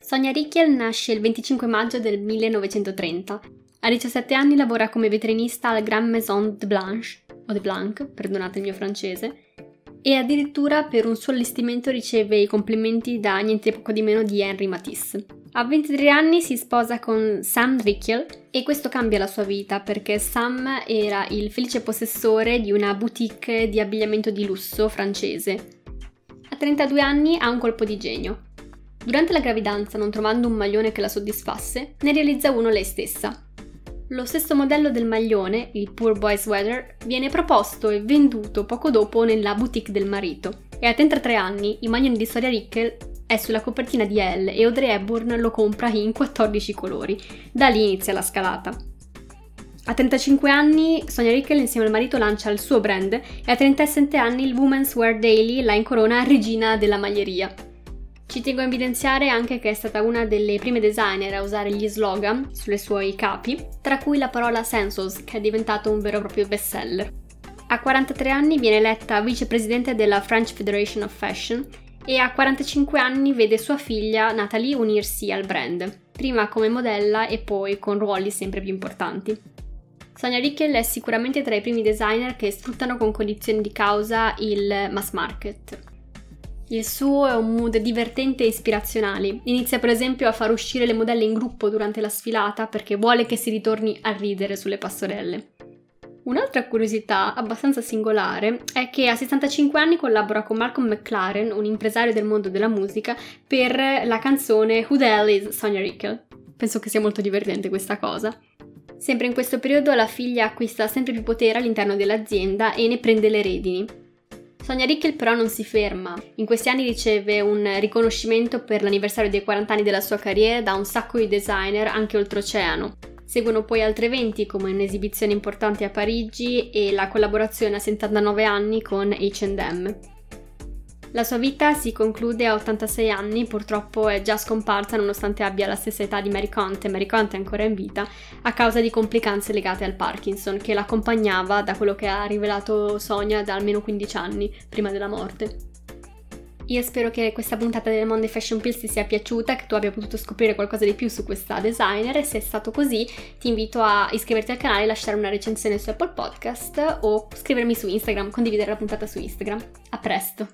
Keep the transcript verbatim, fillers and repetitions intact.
Sonia Rykiel nasce il venticinque maggio del millenovecentotrenta. A diciassette anni lavora come veterinista al Grand Maison de Blanche, o de Blanc, perdonate il mio francese, e addirittura per un suo allestimento riceve i complimenti da niente poco di meno di Henri Matisse. A ventitré anni si sposa con Sam Rykiel e questo cambia la sua vita perché Sam era il felice possessore di una boutique di abbigliamento di lusso francese. A trentadue anni ha un colpo di genio. Durante la gravidanza, non trovando un maglione che la soddisfasse, ne realizza uno lei stessa. Lo stesso modello del maglione, il Poor Boy Sweater, viene proposto e venduto poco dopo nella boutique del marito e a trentatré anni il maglione di Sonia Rykiel è sulla copertina di Elle e Audrey Hepburn lo compra in quattordici colori. Da lì inizia la scalata. A trentacinque anni Sonia Rykiel insieme al marito lancia il suo brand e a trentasette anni il Women's Wear Daily la incorona regina della maglieria. Ci tengo a evidenziare anche che è stata una delle prime designer a usare gli slogan sui suoi capi, tra cui la parola Sensuals, che è diventato un vero e proprio bestseller. A quarantatré anni viene eletta vicepresidente della French Federation of Fashion e a quarantacinque anni vede sua figlia Nathalie unirsi al brand, prima come modella e poi con ruoli sempre più importanti. Sonia Rykiel è sicuramente tra i primi designer che sfruttano con cognizione di causa il mass market. Il suo è un mood divertente e ispirazionale. Inizia per esempio a far uscire le modelle in gruppo durante la sfilata perché vuole che si ritorni a ridere sulle passerelle. Un'altra curiosità abbastanza singolare è che a sessantacinque anni collabora con Malcolm McLaren, un impresario del mondo della musica, per la canzone Who the Hell is Sonia Rykiel? Penso che sia molto divertente questa cosa. Sempre in questo periodo la figlia acquista sempre più potere all'interno dell'azienda e ne prende le redini. Sonia Rykiel però non si ferma. In questi anni riceve un riconoscimento per l'anniversario dei quaranta anni della sua carriera da un sacco di designer anche oltreoceano. Seguono poi altri eventi come un'esibizione importante a Parigi e la collaborazione a settantanove anni con acca e emme. La sua vita si conclude a ottantasei anni, purtroppo è già scomparsa nonostante abbia la stessa età di Mary Conte, Mary Conte è ancora in vita, a causa di complicanze legate al Parkinson, che l'accompagnava, da quello che ha rivelato Sonia, da almeno quindici anni prima della morte. Io spero che questa puntata del Monday Fashion Pills ti sia piaciuta, che tu abbia potuto scoprire qualcosa di più su questa designer e se è stato così ti invito a iscriverti al canale, lasciare una recensione su Apple Podcast o scrivermi su Instagram, condividere la puntata su Instagram. A presto!